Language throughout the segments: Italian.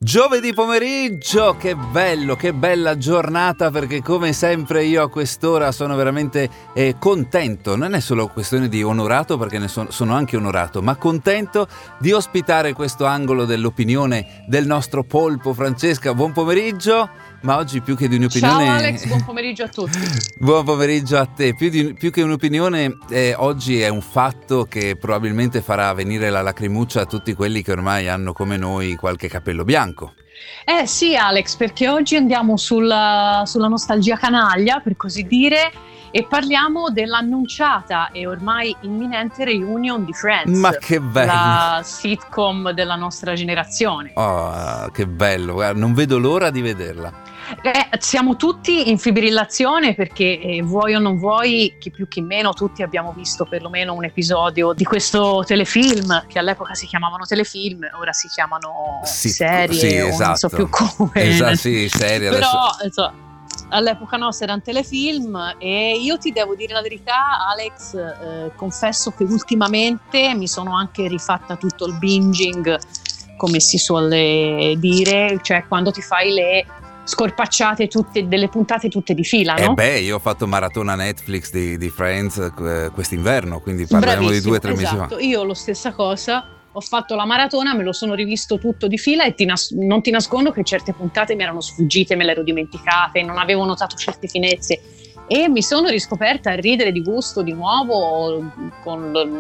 Giovedì pomeriggio, che bello, che bella giornata, perché come sempre io a quest'ora sono veramente contento. Non è solo questione di onorato, perché ne sono anche onorato, ma contento di ospitare questo angolo dell'opinione del nostro polpo. Francesca, buon pomeriggio. Ma oggi più che di un'opinione... Ciao Alex, buon pomeriggio a tutti. Buon pomeriggio a te. Più che un'opinione, oggi è un fatto che probabilmente farà venire la lacrimuccia a tutti quelli che ormai hanno come noi qualche capello bianco. Sì Alex, perché oggi andiamo sulla nostalgia canaglia, per così dire, e parliamo dell'annunciata e ormai imminente reunion di Friends. Ma che bello! La sitcom della nostra generazione. Oh, che bello, guarda, non vedo l'ora di vederla. Siamo tutti in fibrillazione perché vuoi o non vuoi, chi più chi meno, tutti abbiamo visto perlomeno un episodio di questo telefilm, che all'epoca si chiamavano telefilm, ora si chiamano serie, sì, o esatto. non so più come. Esatto, sì, serie. Però adesso... all'epoca nostra era un telefilm e io ti devo dire la verità, Alex, confesso che ultimamente mi sono anche rifatta tutto il binging, come si suole dire, cioè quando ti fai le scorpacciate tutte delle puntate tutte di fila, no? Io ho fatto maratona Netflix di Friends quest'inverno, quindi parliamo di 2 o 3 mesi fa. Io lo stessa cosa, ho fatto la maratona, me lo sono rivisto tutto di fila e non ti nascondo che certe puntate mi erano sfuggite, me le ero dimenticate, non avevo notato certe finezze e mi sono riscoperta a ridere di gusto di nuovo con lo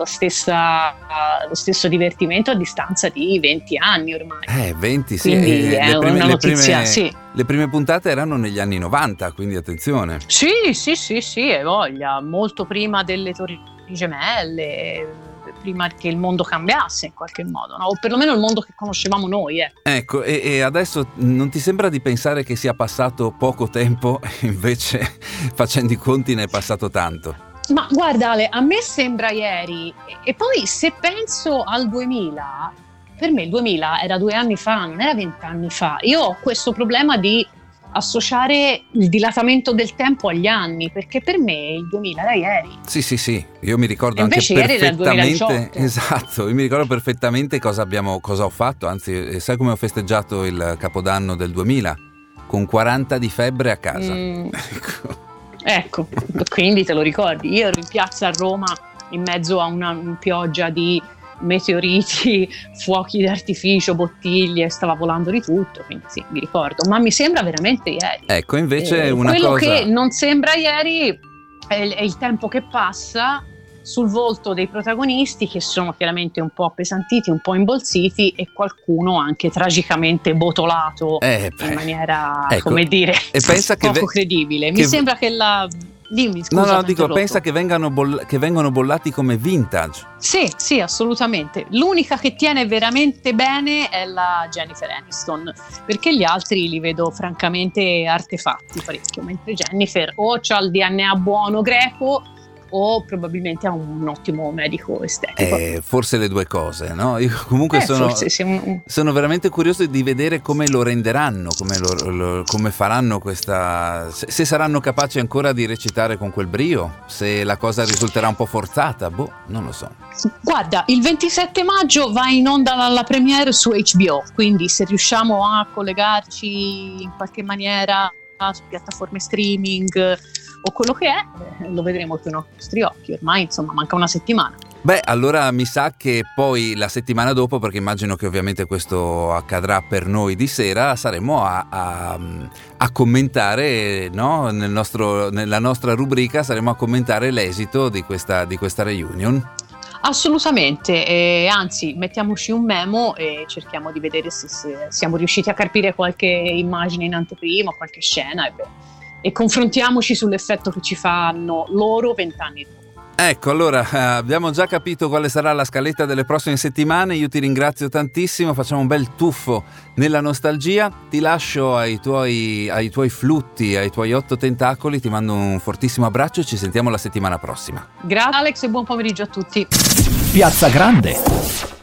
stesso divertimento a distanza di 20 anni ormai. 20, sì. Quindi è una notizia, sì. Le prime puntate erano negli anni 90, quindi attenzione. Sì, hai voglia, molto prima delle Torri Gemelle, prima che il mondo cambiasse in qualche modo, no? O perlomeno il mondo che conoscevamo noi. Ecco, e adesso non ti sembra di pensare che sia passato poco tempo, invece facendo i conti ne è passato tanto? Ma guarda Ale, a me sembra ieri, e poi se penso al 2000, per me il 2000 era 2 anni fa, non era 20 anni fa. Io ho questo problema di associare il dilatamento del tempo agli anni, perché per me il 2000 era ieri. Sì, io mi ricordo anche perfettamente, esatto, io mi ricordo perfettamente cosa ho fatto, anzi sai come ho festeggiato il Capodanno del 2000? Con 40 di febbre a casa. Ecco, quindi te lo ricordi, io ero in piazza a Roma in mezzo a una pioggia di meteoriti, fuochi d'artificio, bottiglie, stava volando di tutto, quindi sì, mi ricordo, ma mi sembra veramente ieri. Ecco, invece quello che non sembra ieri è il tempo che passa sul volto dei protagonisti, che sono chiaramente un po' appesantiti, un po' imbolsiti e qualcuno anche tragicamente botolato in maniera, come dire, e pensa poco credibile. Mi sembra che Dimmi, scusa. Dico, pensa che vengano bollati come vintage. Sì, assolutamente. L'unica che tiene veramente bene è la Jennifer Aniston, perché gli altri li vedo francamente artefatti parecchio, mentre Jennifer o c'ha il DNA buono greco o probabilmente ha un ottimo medico estetico. Forse le due cose, no? Io comunque sono veramente curioso di vedere come lo renderanno, come faranno questa, se saranno capaci ancora di recitare con quel brio, se la cosa risulterà un po' forzata, non lo so. Guarda, il 27 maggio va in onda la premiere su HBO, quindi se riusciamo a collegarci in qualche maniera su piattaforme streaming o quello che è, lo vedremo con i nostri occhi. Ormai insomma manca una settimana. Allora mi sa che poi la settimana dopo, perché immagino che ovviamente questo accadrà per noi di sera, saremo a commentare, no? Nella nostra rubrica saremo a commentare l'esito di questa reunion. Assolutamente, anzi mettiamoci un memo e cerchiamo di vedere se siamo riusciti a capire qualche immagine in anteprima, qualche scena e confrontiamoci sull'effetto che ci fanno loro 20 anni dopo. Ecco, allora abbiamo già capito quale sarà la scaletta delle prossime settimane. Io ti ringrazio tantissimo, facciamo un bel tuffo nella nostalgia, ti lascio ai tuoi flutti, ai tuoi 8 tentacoli, ti mando un fortissimo abbraccio e ci sentiamo la settimana prossima. Grazie Alex e buon pomeriggio a tutti. Piazza Grande.